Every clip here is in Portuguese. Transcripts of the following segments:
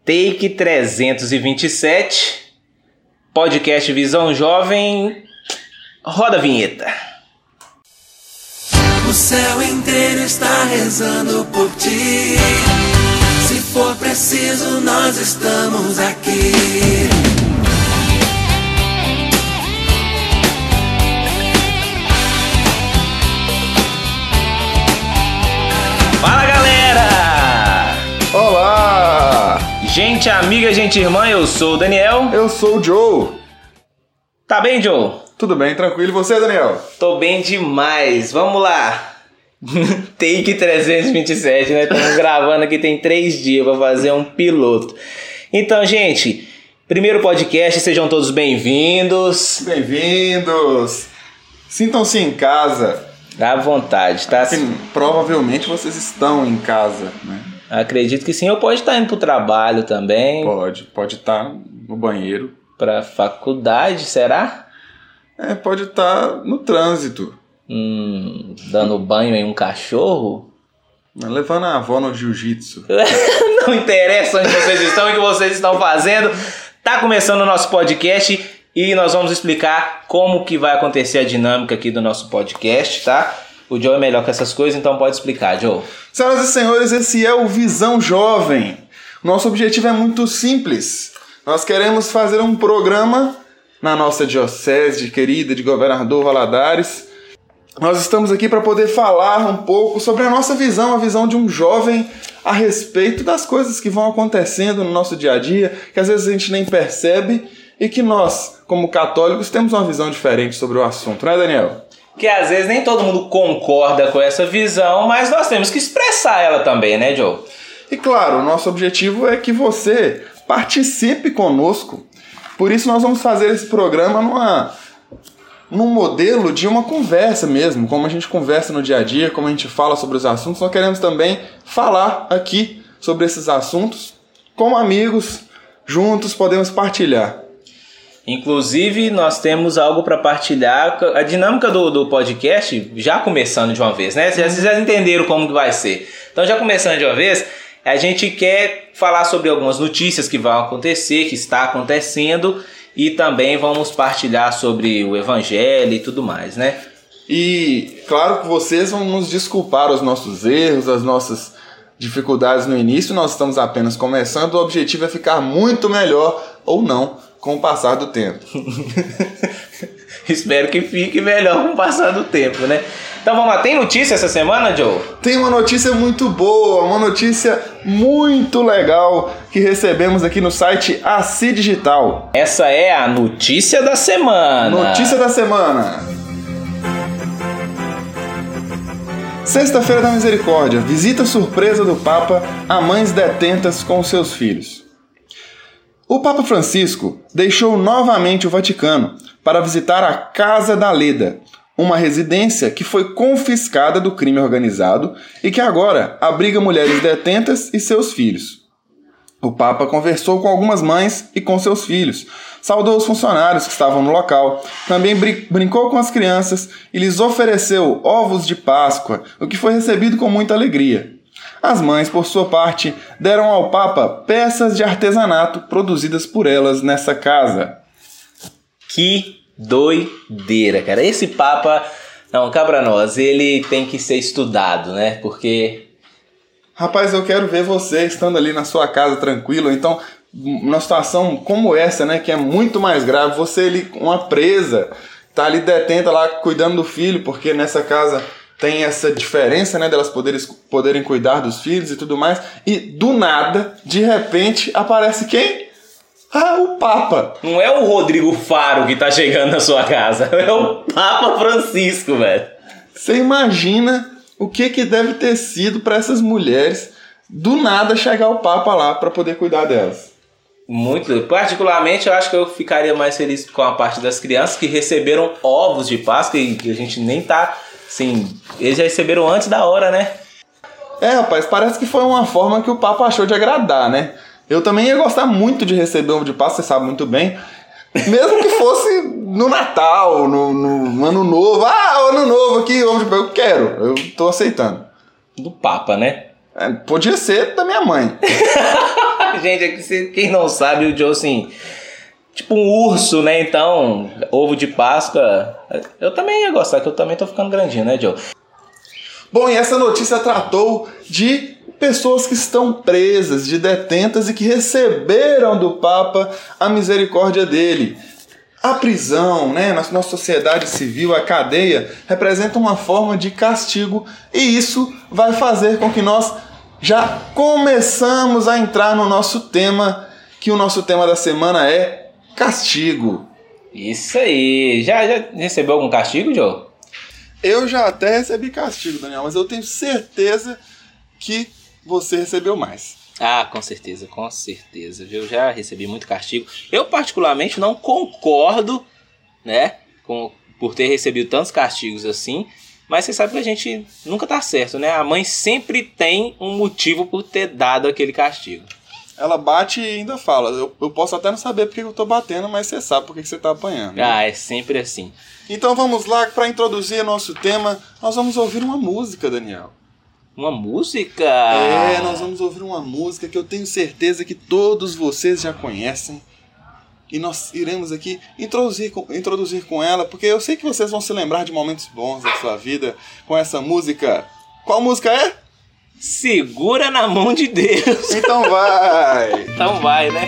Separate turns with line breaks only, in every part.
Take 327, podcast Visão Jovem, roda a vinheta.
O céu inteiro está rezando por ti. Se for preciso, nós estamos aqui.
Fala, galera!
Olá!
Gente amiga, gente irmã, eu sou o Daniel.
Eu sou o Joe.
Tá bem, Joe?
Tudo bem, tranquilo. E você, Daniel?
Tô bem demais. Vamos lá. Take 327, né? Estamos gravando aqui tem 3 dias pra fazer um piloto. Então, gente, primeiro podcast, sejam todos bem-vindos.
Bem-vindos! Sintam-se em casa.
À vontade, tá?
Provavelmente vocês estão em casa, né?
Acredito que sim. Ou pode estar indo pro trabalho também.
Pode estar no banheiro.
Pra faculdade, será?
Pode estar no trânsito.
Dando banho em um cachorro?
Levando a avó no jiu-jitsu.
Não interessa onde vocês estão e o que vocês estão fazendo. Tá começando o nosso podcast e nós vamos explicar como que vai acontecer a dinâmica aqui do nosso podcast, tá? O Joe é melhor com essas coisas, então pode explicar, Joe.
Senhoras e senhores, esse é o Visão Jovem. Nosso objetivo é muito simples. Nós queremos fazer um programa na nossa diocese querida de Governador Valadares. Nós estamos aqui para poder falar um pouco sobre a nossa visão, a visão de um jovem a respeito das coisas que vão acontecendo no nosso dia a dia, que às vezes a gente nem percebe e que nós, como católicos, temos uma visão diferente sobre o assunto, né, Daniel?
Que às vezes nem todo mundo concorda com essa visão, mas nós temos que expressar ela também, né, Joe?
E claro, o nosso objetivo é que você participe conosco. Por isso nós vamos fazer esse programa num modelo de uma conversa mesmo, como a gente conversa no dia a dia, como a gente fala sobre os assuntos. Nós queremos também falar aqui sobre esses assuntos como amigos, juntos podemos partilhar.
Inclusive, nós temos algo para partilhar. A dinâmica do podcast, já começando de uma vez, né? Vocês já entenderam como que vai ser. Então, já começando de uma vez, a gente quer falar sobre algumas notícias que vão acontecer, que está acontecendo, e também vamos partilhar sobre o evangelho e tudo mais, né?
E claro que vocês vão nos desculpar os nossos erros, as nossas dificuldades no início. Nós estamos apenas começando, o objetivo é ficar muito melhor ou não com o passar do tempo.
Espero que fique melhor com o passar do tempo, né? Então vamos lá, tem notícia essa semana, Joe?
Tem uma notícia muito boa, uma notícia muito legal que recebemos aqui no site AC Digital.
Essa é a notícia da semana.
Notícia da semana. Sexta-feira da Misericórdia, visita surpresa do Papa a mães detentas com seus filhos. O Papa Francisco deixou novamente o Vaticano para visitar a Casa da Leda, uma residência que foi confiscada do crime organizado e que agora abriga mulheres detentas e seus filhos. O Papa conversou com algumas mães e com seus filhos, saudou os funcionários que estavam no local, também brincou com as crianças e lhes ofereceu ovos de Páscoa, o que foi recebido com muita alegria. As mães, por sua parte, deram ao Papa peças de artesanato produzidas por elas nessa casa.
Que doideira, cara. Esse Papa, não, cá pra nós, ele tem que ser estudado, né? Porque...
Rapaz, eu quero ver você estando ali na sua casa tranquilo, então, numa situação como essa, né, que é muito mais grave, você ali, uma presa, tá ali detenta lá cuidando do filho, porque nessa casa tem essa diferença, né, delas poderem cuidar dos filhos e tudo mais, e do nada, de repente, aparece quem? Ah, o Papa.
Não é o Rodrigo Faro que tá chegando na sua casa, é o Papa Francisco, velho.
Você imagina o que deve ter sido para essas mulheres do nada chegar o Papa lá para poder cuidar delas.
Muito. Particularmente, eu acho que eu ficaria mais feliz com a parte das crianças que receberam ovos de Páscoa e a gente nem tá, assim, eles já receberam antes da hora, né?
Rapaz, parece que foi uma forma que o Papa achou de agradar, né? Eu também ia gostar muito de receber ovo de Páscoa, você sabe muito bem. Mesmo que fosse no Natal, no Ano Novo. Ah, Ano Novo aqui, ovo de Páscoa. Eu quero, eu tô aceitando.
Do Papa, né?
Podia ser da minha mãe.
Gente, aqui, quem não sabe, o Joe, assim, tipo um urso, né? Então, ovo de Páscoa, eu também ia gostar, que eu também tô ficando grandinho, né, Joe?
Bom, e essa notícia tratou de pessoas que estão presas, de detentas e que receberam do Papa a misericórdia dele. A prisão, né, na nossa sociedade civil, a cadeia, representa uma forma de castigo e isso vai fazer com que nós já começamos a entrar no nosso tema, que o nosso tema da semana é castigo.
Isso aí. Já recebeu algum castigo, Joe?
Eu já até recebi castigo, Daniel, mas eu tenho certeza que você recebeu mais.
Ah, com certeza, viu? Eu já recebi muito castigo. Eu particularmente não concordo, né, por ter recebido tantos castigos assim, mas você sabe que a gente nunca tá certo, né? A mãe sempre tem um motivo por ter dado aquele castigo.
Ela bate e ainda fala, eu posso até não saber porque eu tô batendo, mas você sabe por que você tá apanhando. Né?
Ah, é sempre assim.
Então vamos lá, para introduzir nosso tema, nós vamos ouvir uma música, Daniel.
Uma música?
Nós vamos ouvir uma música que eu tenho certeza que todos vocês já conhecem. E nós iremos aqui introduzir com ela, porque eu sei que vocês vão se lembrar de momentos bons da sua vida com essa música. Qual música é?
Segura na Mão de Deus.
Então vai!
Então vai, né?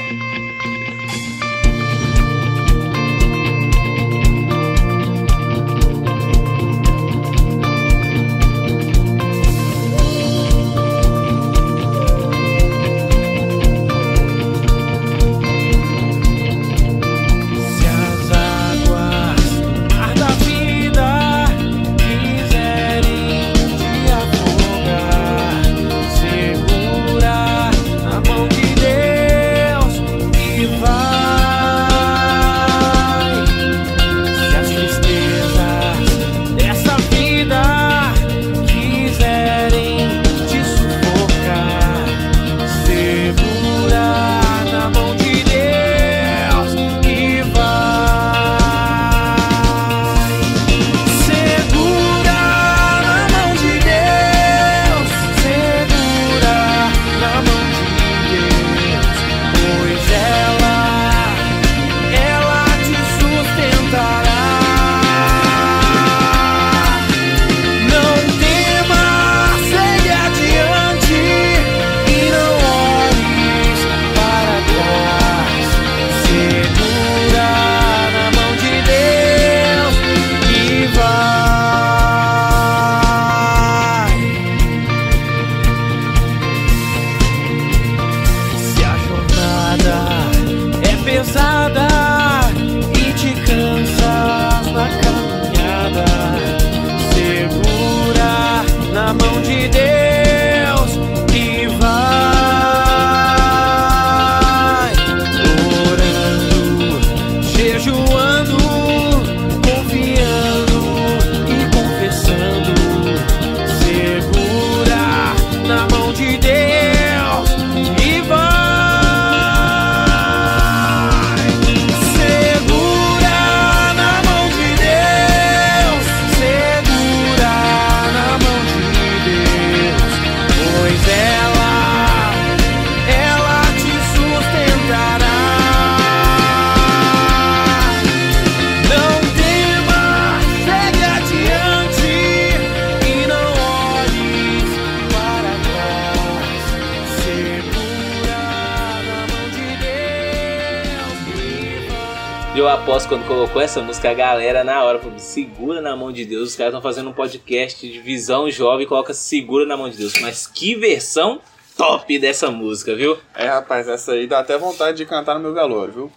Eu aposto quando colocou essa música, a galera na hora falou, segura na mão de Deus. Os caras estão fazendo um podcast de visão jovem e coloca segura na mão de Deus. Mas que versão top dessa música, viu?
Rapaz, essa aí dá até vontade de cantar no meu velório, viu?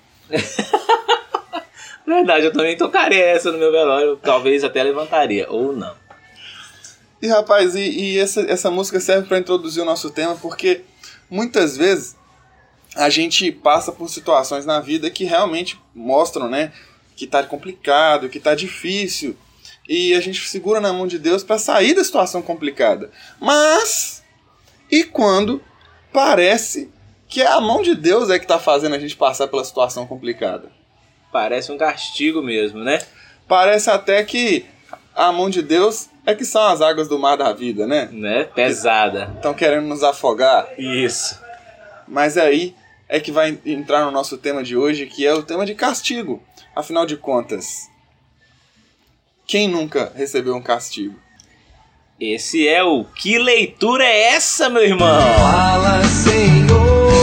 Verdade, eu também tocaria essa no meu velório. Talvez até levantaria, ou não.
E rapaz, essa música serve para introduzir o nosso tema, porque muitas vezes a gente passa por situações na vida que realmente mostram, né, que tá complicado, que tá difícil, e a gente segura na mão de Deus para sair da situação complicada. Mas, e quando parece que a mão de Deus é que tá fazendo a gente passar pela situação complicada?
Parece um castigo mesmo, né?
Parece até que a mão de Deus é que são as águas do mar da vida, né?
Né? Pesada.
Estão querendo nos afogar.
Isso.
Mas aí é que vai entrar no nosso tema de hoje, que é o tema de castigo. Afinal de contas, quem nunca recebeu um castigo?
Esse é o Que Leitura é Essa, meu irmão?
Fala, Senhor,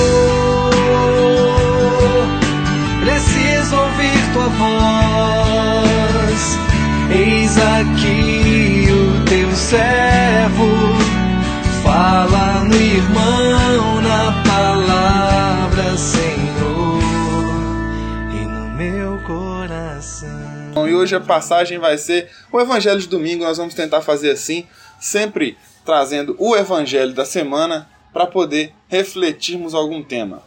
preciso ouvir tua voz. Eis aqui o teu servo, fala no irmão, na palavra, Senhor, e no meu coração.
E hoje a passagem vai ser o Evangelho de domingo. Nós vamos tentar fazer assim, sempre trazendo o Evangelho da semana para poder refletirmos algum tema.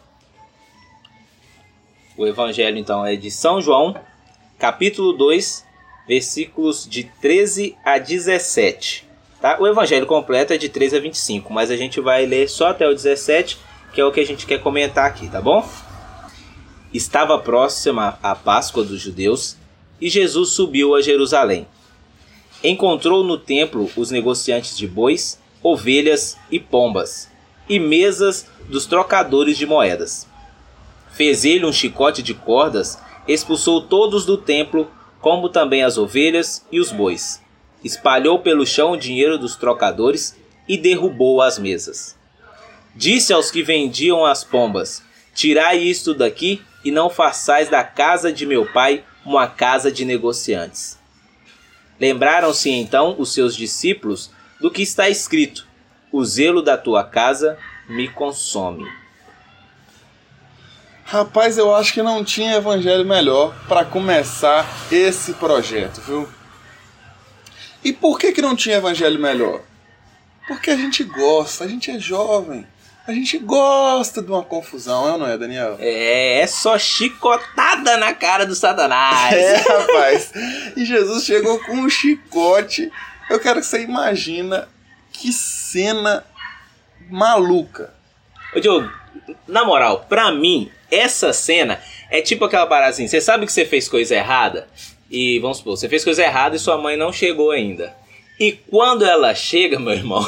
O Evangelho, então, é de São João, capítulo 2, versículos de 13 a 17. Tá? O Evangelho completo é de 13 a 25, mas a gente vai ler só até o 17, que é o que a gente quer comentar aqui, tá bom? Estava próxima a Páscoa dos judeus e Jesus subiu a Jerusalém. Encontrou no templo os negociantes de bois, ovelhas e pombas, e mesas dos trocadores de moedas. Fez ele um chicote de cordas, expulsou todos do templo, como também as ovelhas e os bois. Espalhou pelo chão o dinheiro dos trocadores e derrubou as mesas. Disse aos que vendiam as pombas: tirai isto daqui e não façais da casa de meu pai uma casa de negociantes. Lembraram-se então os seus discípulos do que está escrito: o zelo da tua casa me consome.
Rapaz, eu acho que não tinha evangelho melhor para começar esse projeto, viu? E por que não tinha evangelho melhor? Porque a gente gosta, a gente é jovem, a gente gosta de uma confusão, não é, Daniel?
É só chicotada na cara do Satanás.
É, rapaz. E Jesus chegou com um chicote. Eu quero que você imagina que cena maluca.
Ô Diogo, na moral, pra mim, essa cena é tipo aquela parada assim, você sabe que você fez coisa errada? E vamos supor, você fez coisa errada e sua mãe não chegou ainda. E quando ela chega, meu irmão,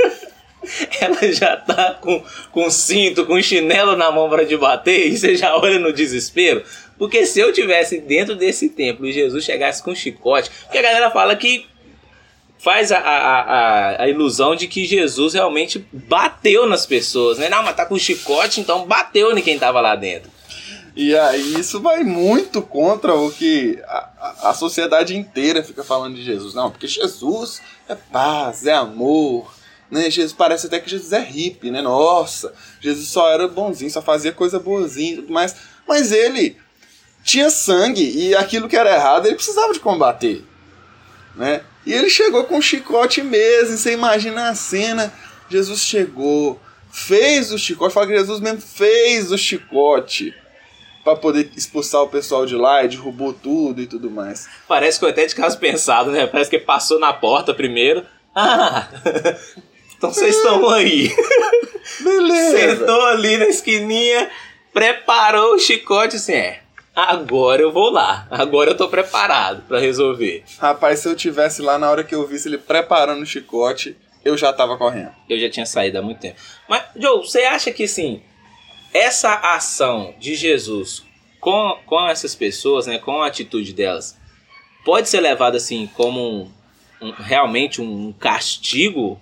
ela já tá com cinto, com chinelo na mão pra te bater e você já olha no desespero. Porque se eu tivesse dentro desse templo e Jesus chegasse com chicote, porque a galera fala que faz a ilusão de que Jesus realmente bateu nas pessoas, né? Não, mas tá com chicote, então bateu em quem tava lá dentro.
E aí isso vai muito contra o que a sociedade inteira fica falando de Jesus. Não, porque Jesus é paz, é amor, né? Jesus, parece até que Jesus é hippie, né? Nossa, Jesus só era bonzinho, só fazia coisa boazinha e tudo mais. Mas ele tinha sangue e aquilo que era errado ele precisava de combater, né? E ele chegou com um chicote mesmo, e você imagina a cena. Jesus chegou, fez o chicote, fala que Jesus mesmo fez o chicote para poder expulsar o pessoal de lá e derrubou tudo e tudo mais.
Parece que foi até de caso pensado, né? Parece que passou na porta primeiro. Ah, então vocês estão aí.
Beleza.
Sentou ali na esquininha, preparou o chicote assim, agora eu vou lá. Agora eu tô preparado pra resolver.
Rapaz, se eu tivesse lá na hora que eu visse ele preparando o chicote, eu já tava correndo.
Eu já tinha saído há muito tempo. Mas, Joe, você acha que assim, essa ação de Jesus com essas pessoas, né, com a atitude delas, pode ser levada assim como realmente um castigo?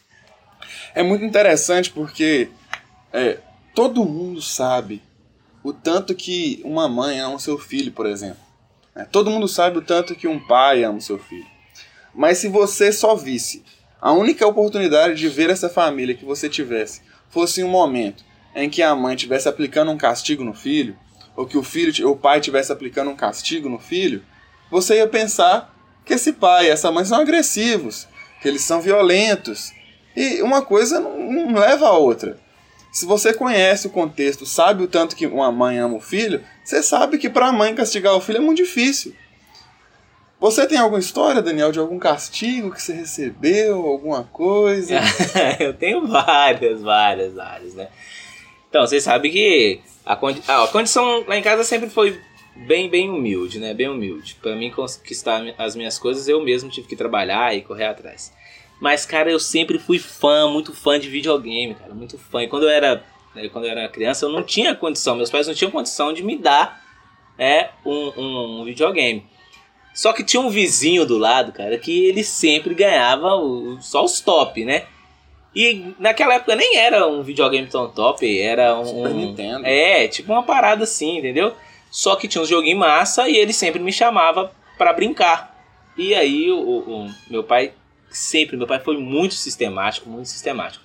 É muito interessante porque todo mundo sabe o tanto que uma mãe ama o seu filho, por exemplo. Todo mundo sabe o tanto que um pai ama o seu filho. Mas se você só visse, a única oportunidade de ver essa família que você tivesse fosse um momento em que a mãe estivesse aplicando um castigo no filho, ou que o pai estivesse aplicando um castigo no filho, você ia pensar que esse pai e essa mãe são agressivos, que eles são violentos. E uma coisa não leva a outra. Se você conhece o contexto, sabe o tanto que uma mãe ama o filho, você sabe que para a mãe castigar o filho é muito difícil. Você tem alguma história, Daniel, de algum castigo que você recebeu, alguma coisa?
Eu tenho várias, né? Então, vocês sabem que a condição lá em casa sempre foi bem humilde, né? Bem humilde. Pra mim conquistar as minhas coisas, eu mesmo tive que trabalhar e correr atrás. Mas, cara, eu sempre fui muito fã de videogame, cara, muito fã. E quando eu era criança, eu não tinha condição, meus pais não tinham condição de me dar um videogame. Só que tinha um vizinho do lado, cara, que ele sempre ganhava só os top, né? E naquela época nem era um videogame tão top, era
Super Nintendo.
Tipo uma parada assim, entendeu? Só que tinha uns joguinhos massa e ele sempre me chamava pra brincar. E aí o meu pai foi muito sistemático, muito sistemático.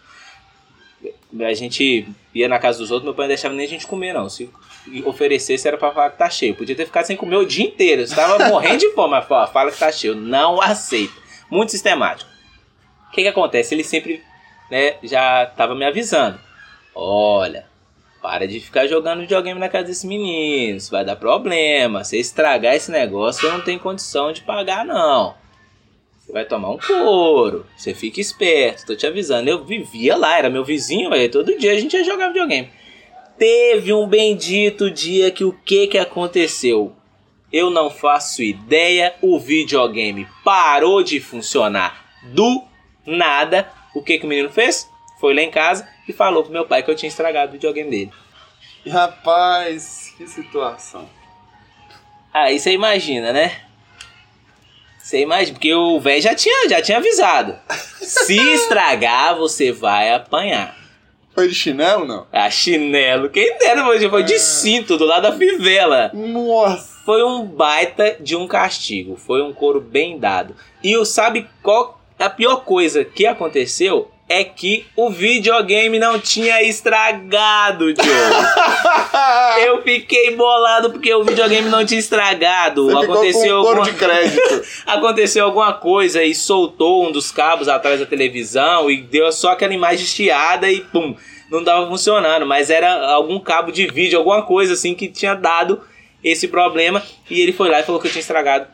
A gente ia na casa dos outros, meu pai não deixava nem a gente comer, não. Se oferecesse era pra falar que tá cheio. Podia ter ficado sem comer o dia inteiro. Eu estava morrendo de fome, mas fala que tá cheio. Não aceito. Muito sistemático. O que acontece? Ele sempre, né, já tava me avisando. Olha, para de ficar jogando videogame na casa desses meninos. Vai dar problema. Se estragar esse negócio, eu não tenho condição de pagar, não. Você vai tomar um couro. Você fica esperto. Tô te avisando. Eu vivia lá, era meu vizinho, véio. Todo dia a gente ia jogar videogame. Teve um bendito dia que o que aconteceu? Eu não faço ideia. O videogame parou de funcionar do nada. O que o menino fez? Foi lá em casa e falou pro meu pai que eu tinha estragado o videogame dele.
Rapaz, que situação.
Aí você imagina, né? Você imagina, porque o velho já tinha avisado. Se estragar, você vai apanhar.
Foi de chinelo, não?
Ah, chinelo. Quem dera, foi de cinto, do lado da fivela.
Nossa!
Foi um baita de um castigo. Foi um couro bem dado. E sabe qual a pior coisa que aconteceu? É que o videogame não tinha estragado, Diogo. Eu fiquei bolado porque o videogame não tinha estragado.
Você aconteceu ficou com um couro de crédito.
Aconteceu alguma coisa e soltou um dos cabos atrás da televisão e deu só aquela imagem chiada e pum, não tava funcionando. Mas era algum cabo de vídeo, alguma coisa assim que tinha dado esse problema. E ele foi lá e falou que eu tinha estragado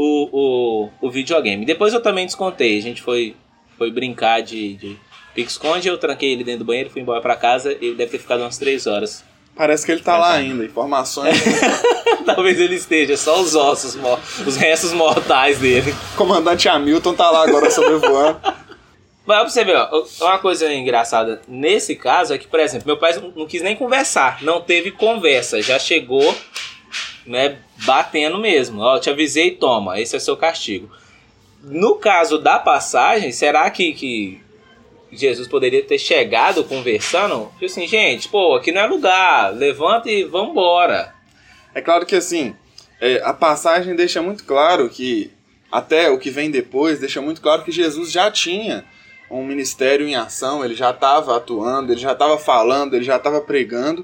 o videogame. Depois eu também descontei. A gente foi brincar de pique-esconde, eu tranquei ele dentro do banheiro, fui embora pra casa, ele deve ter ficado umas 3 horas.
Parece que ele tá lá ainda, informações.
Talvez ele esteja, só os ossos, os restos mortais dele.
O comandante Hamilton tá lá agora sobrevoando.
Mas pra você ver, ó, uma coisa engraçada nesse caso é que, por exemplo, meu pai não quis nem conversar, não teve conversa, já chegou, né, batendo mesmo. Ó, eu te avisei, toma, esse é o seu castigo. No caso da passagem, será que Jesus poderia ter chegado conversando? Tipo assim, gente, pô, aqui não é lugar, levanta e vambora.
É claro que assim, a passagem deixa muito claro que, até o que vem depois, deixa muito claro que Jesus já tinha um ministério em ação, ele já estava atuando, ele já estava falando, ele já estava pregando.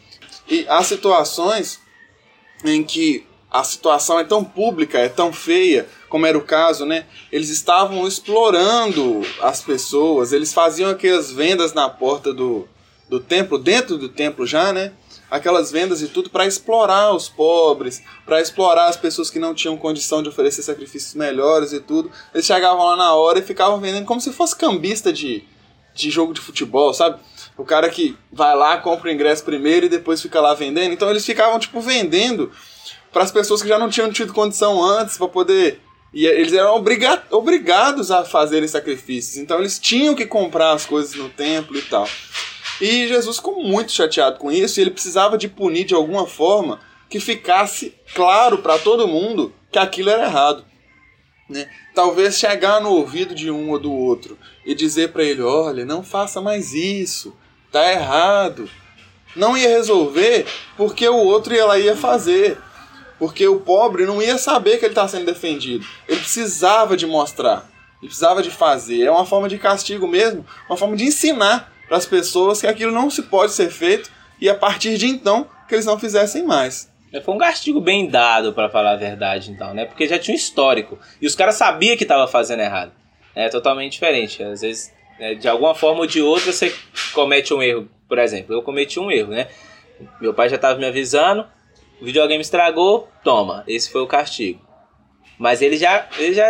E há situações em que a situação é tão pública, é tão feia, como era o caso, né? Eles estavam explorando as pessoas, eles faziam aquelas vendas na porta do templo, dentro do templo já, né? Aquelas vendas e tudo para explorar os pobres, para explorar as pessoas que não tinham condição de oferecer sacrifícios melhores e tudo. Eles chegavam lá na hora e ficavam vendendo como se fosse cambista de jogo de futebol, sabe? O cara que vai lá, compra o ingresso primeiro e depois fica lá vendendo. Então eles ficavam tipo vendendo para as pessoas que já não tinham tido condição antes para poder... E eles eram obrigados a fazerem sacrifícios. Então eles tinham que comprar as coisas no templo e tal. E Jesus ficou muito chateado com isso. E ele precisava de punir de alguma forma que ficasse claro para todo mundo que aquilo era errado, né? Talvez chegar no ouvido de um ou do outro e dizer para ele, olha, não faça mais isso, tá errado. Não ia resolver porque o outro ia fazer. Porque o pobre não ia saber que ele está sendo defendido. Ele precisava de mostrar. Ele precisava de fazer. É uma forma de castigo mesmo. Uma forma de ensinar para as pessoas que aquilo não se pode ser feito. E a partir de então, que eles não fizessem mais.
Foi um castigo bem dado, para falar a verdade, então, né? Porque já tinha um histórico. E os caras sabiam que estava fazendo errado. É totalmente diferente. Às vezes, de alguma forma ou de outra, você comete um erro. Por exemplo, eu cometi um erro, né? Meu pai já estava me avisando. O videogame estragou, toma, esse foi o castigo. Mas eles já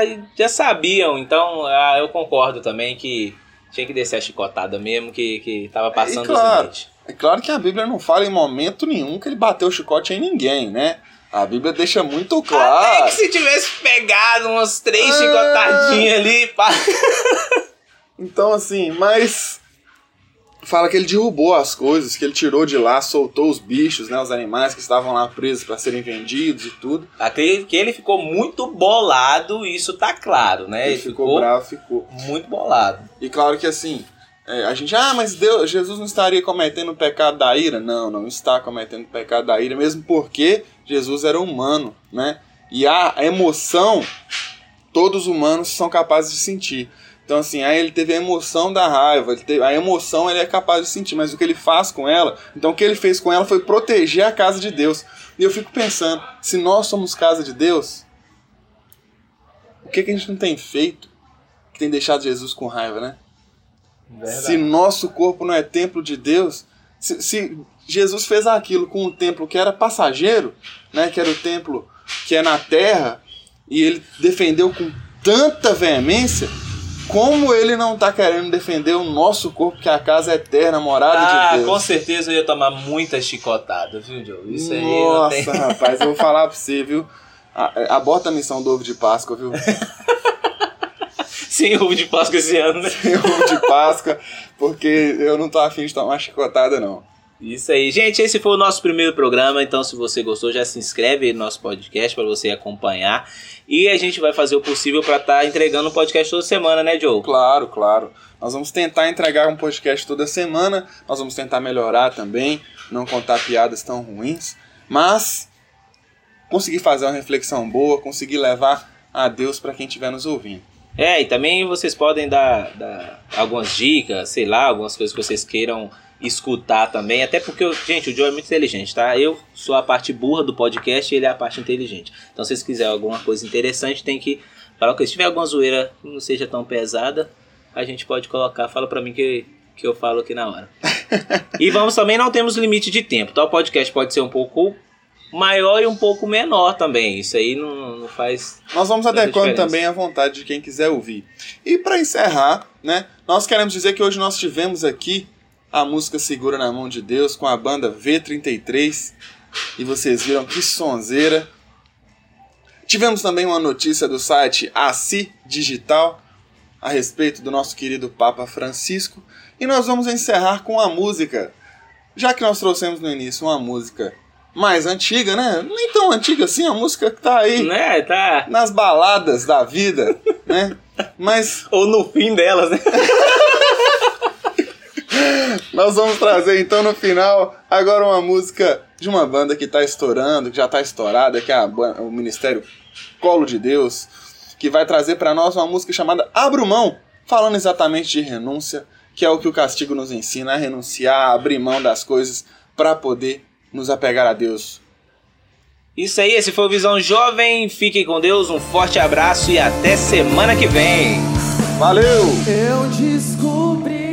sabiam, então eu concordo também que tinha que descer a chicotada mesmo, que tava passando dos limites.
É claro que a Bíblia não fala em momento nenhum que ele bateu o chicote em ninguém, né? A Bíblia deixa muito claro.
Até que se tivesse pegado umas 3 chicotadinhas ali, pá.
Então, assim, mas fala que ele derrubou as coisas, que ele tirou de lá, soltou os bichos, né, os animais que estavam lá presos para serem vendidos e tudo.
Até que ele ficou muito bolado, isso tá claro, né?
Ele ficou bravo, ficou.
Muito bolado.
E claro que assim, a gente, mas Jesus não estaria cometendo o pecado da ira? Não, não está cometendo o pecado da ira, mesmo porque Jesus era humano, né? E a emoção, todos os humanos são capazes de sentir. Então assim, aí ele teve a emoção da raiva, a emoção ele é capaz de sentir, mas o que ele faz com ela, então o que ele fez com ela foi proteger a casa de Deus. E eu fico pensando, se nós somos casa de Deus, o que a gente não tem feito que tem deixado Jesus com raiva, né? Verdade. Se nosso corpo não é templo de Deus, se Jesus fez aquilo com um templo que era passageiro, né, que era o templo que é na terra, e ele defendeu com tanta veemência, como ele não está querendo defender o nosso corpo, que é a casa eterna, a morada de Deus?
Com certeza eu ia tomar muita chicotada, viu, Joe? Isso aí
Nossa,
não tem...
rapaz, eu vou falar pra você, viu? Aborta a missão do ovo de Páscoa, viu?
Sem ovo de Páscoa esse ano, né?
Sem ovo de Páscoa, porque eu não tô afim de tomar chicotada, não.
Isso aí. Gente, esse foi o nosso primeiro programa, então se você gostou, já se inscreve aí no nosso podcast para você acompanhar. E a gente vai fazer o possível para estar entregando um podcast toda semana, né, Joe?
Claro, claro. Nós vamos tentar entregar um podcast toda semana, nós vamos tentar melhorar também, não contar piadas tão ruins, mas conseguir fazer uma reflexão boa, conseguir levar a Deus para quem estiver nos ouvindo.
E também vocês podem dar algumas dicas, sei lá, algumas coisas que vocês queiram escutar também, até porque, gente, o Joe é muito inteligente, tá? Eu sou a parte burra do podcast e ele é a parte inteligente. Então, se vocês quiserem alguma coisa interessante, tem que falar que se tiver alguma zoeira que não seja tão pesada, a gente pode colocar, fala pra mim que eu falo aqui na hora. E não temos limite de tempo, tá? O podcast pode ser um pouco maior e um pouco menor também, isso aí não faz...
Nós vamos adequando também à vontade de quem quiser ouvir. E para encerrar, né, nós queremos dizer que hoje nós tivemos aqui a música Segura na Mão de Deus com a banda V33, e vocês viram que sonzeira. Tivemos também uma notícia do site ACI Digital a respeito do nosso querido Papa Francisco, e nós vamos encerrar com a música, já que nós trouxemos no início uma música mais antiga, né? Nem tão antiga assim, a música que tá aí,
né? Tá
nas baladas da vida, né? Mas...
ou no fim delas, né?
Nós vamos trazer então no final agora uma música de uma banda que está estourando, que já está estourada, que é o Ministério Colo de Deus, que vai trazer para nós uma música chamada Abra Mão, falando exatamente de renúncia, que é o que o castigo nos ensina, a renunciar, a abrir mão das coisas para poder nos apegar a Deus.
Isso aí, esse foi o Visão Jovem, fiquem com Deus, um forte abraço e até semana que vem.
Valeu!
Eu descobri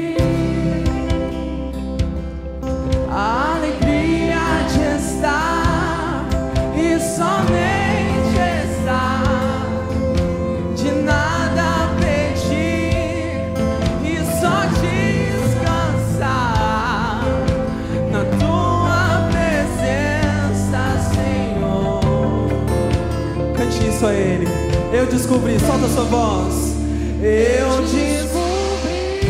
a alegria de estar e somente estar, de nada pedir e só descansar na tua presença, Senhor. Cante isso a Ele. Eu descobri, solta a sua voz. Eu descobri,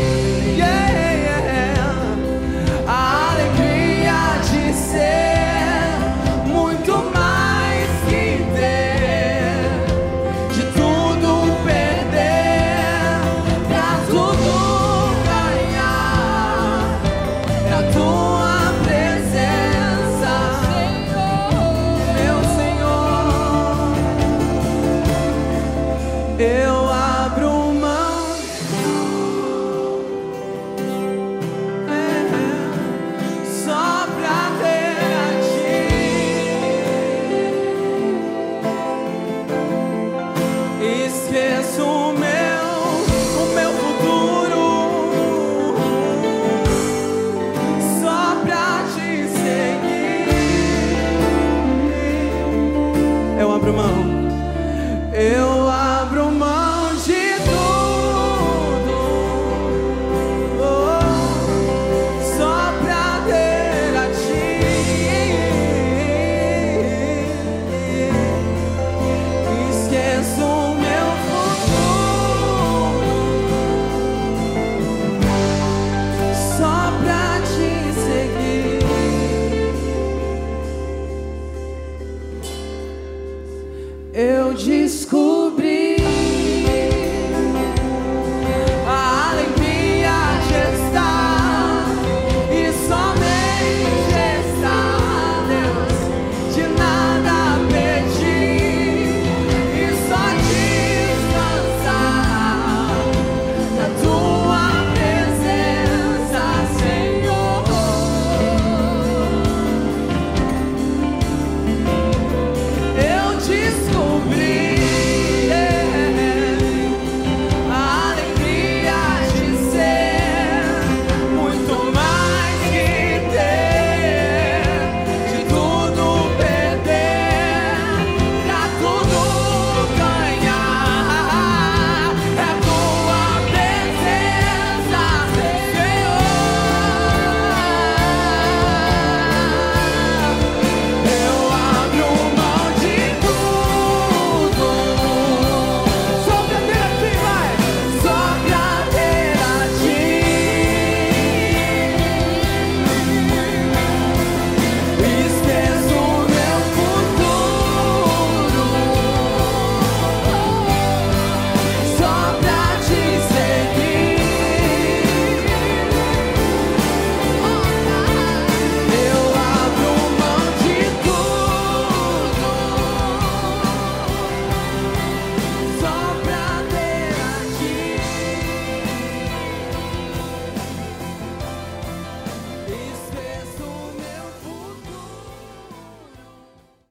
a alegria de ser muito mais que ter, de tudo perder, pra tudo ganhar, na tua presença, Senhor, meu Senhor. Eu abro mão eu descubro